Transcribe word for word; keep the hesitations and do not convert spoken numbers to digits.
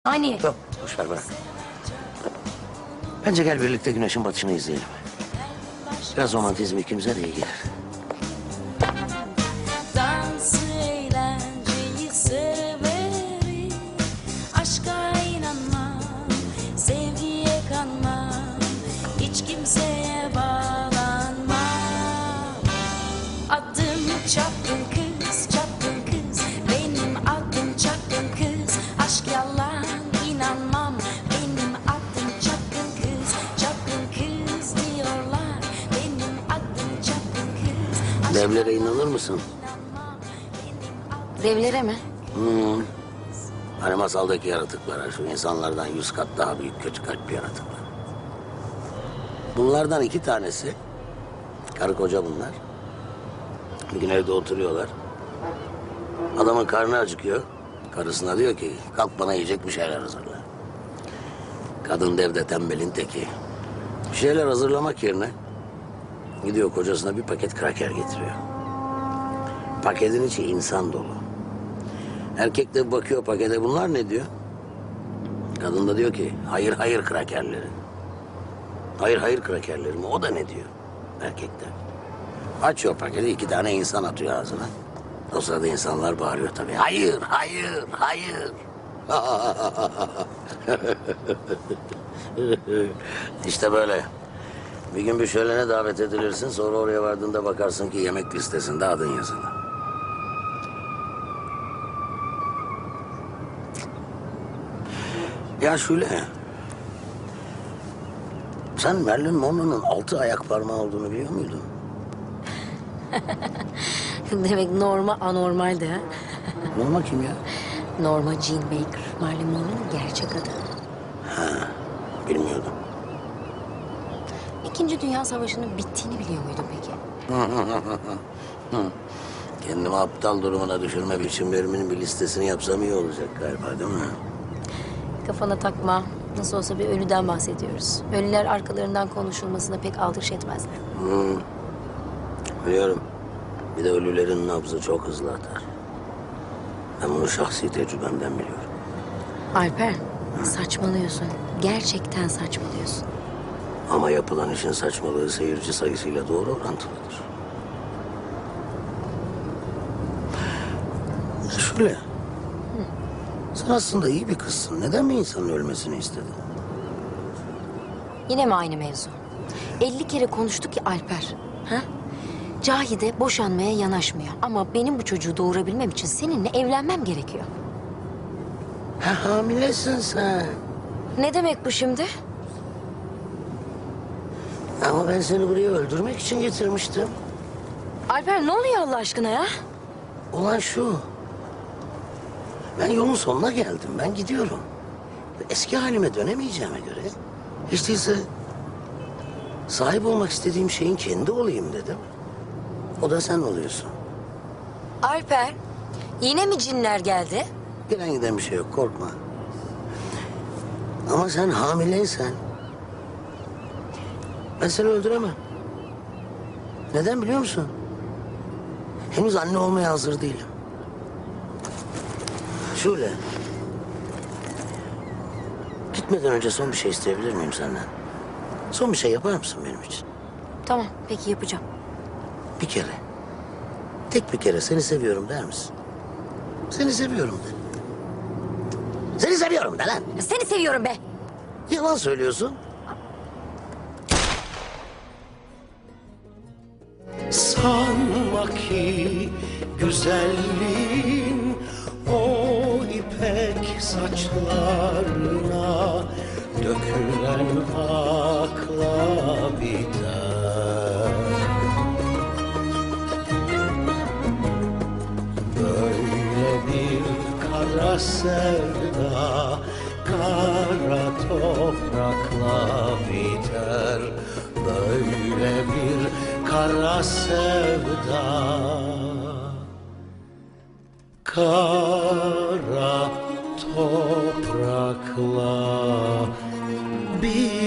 Hani? Yok, boş ver bırak. Bence gel birlikte güneşin batışını izleyelim. Biraz romantizm ikimize de iyi gelir. Dans eğlenceyi severim. Aşka inanmam, sevgiye kanmam, hiç kimseye bağlanmam. Adım çapkın kız, çapkın kız, benim adım çapkın kız. Aşk yalan inanmam, benim adım çapkın kız, çapkın kız diyorlar. Benim adım çapkın kız. Aşk Devlere inanır mısın? Devlere mi? Hmm. Hani masaldaki yaratıklara, şu insanlardan yüz kat daha büyük kötü kalpli yaratıklar. Bunlardan iki tanesi, karı koca bunlar. Bir gün evde oturuyorlar. Adamın karnı acıkıyor. Karısına diyor ki, kalk bana yiyecek bir şeyler hazırla. Kadın da evde tembelin teki. Bir şeyler hazırlamak yerine gidiyor kocasına bir paket kraker getiriyor. Paketin içi insan dolu. Erkek de bakıyor pakete, bunlar ne diyor? Kadın da diyor ki hayır hayır krakerleri. Hayır hayır krakerleri mi? O da ne diyor erkekler? Açıyor paketi, iki tane insan atıyor ağzına. O sırada insanlar bağırıyor tabii. Hayır hayır hayır. İşte böyle. Bir gün bir şölene davet edilirsin, sonra oraya vardığında bakarsın ki yemek listesinde adın yazılı. Ya Şule, sen Marilyn Monroe'nun altı ayak parmağı olduğunu biliyor muydun? Demek Norma anormaldi ha? Norma kim ya? Norma Jean Baker, Marilyn Monroe'nun gerçek adı. Bilmiyordum. İkinci Dünya Savaşı'nın bittiğini biliyor muydun peki? Kendimi aptal durumuna düşürme biçimlerimin bir listesini yapsam iyi olacak galiba, değil mi? Kafana takma. Nasıl olsa bir ölüden bahsediyoruz. Ölüler arkalarından konuşulmasına pek aldırış etmezler. Hmm. Biliyorum. Bir de ölülerin nabzı çok hızlı atar. Ben bunu şahsi tecrübemden biliyorum. Alper, saçmalıyorsun. Gerçekten saçmalıyorsun. Ama yapılan işin saçmalığı seyirci sayısıyla doğru orantılıdır. Şöyle. Sen aslında iyi bir kızsın. Neden bir insanın ölmesini istedin? Yine mi aynı mevzu? elli kere konuştuk ya Alper. Ha? Cahide boşanmaya yanaşmıyor. Ama benim bu çocuğu doğurabilmem için seninle evlenmem gerekiyor. Ha, hamilesin sen. Ne demek bu şimdi? Ama ben seni buraya öldürmek için getirmiştim. Alper ne oluyor Allah aşkına ya? Olan şu. Ben yolun sonuna geldim. Ben gidiyorum. Eski halime dönemeyeceğime göre hiç değilse sahip olmak istediğim şeyin kendi olayım dedim. O da sen oluyorsun. Alper, yine mi cinler geldi? Gelen giden bir şey yok, korkma. Ama sen hamileysen ben seni öldüremem. Neden biliyor musun? Henüz anne olmaya hazır değilim. Şöyle. Gitmeden önce son bir şey isteyebilir miyim senden? Son bir şey yapar mısın benim için? Tamam, peki yapacağım. Bir kere. Tek bir kere seni seviyorum der misin? Seni seviyorum de. Seni seviyorum de lan. Seni seviyorum be. Yalan söylüyorsun. Sanma ki güzelliğin o ipek saçlarına dökülen akla biter. Böyle bir kara sevda kara toprakla biter. Böyle bir kara sevda kara toprakla biter.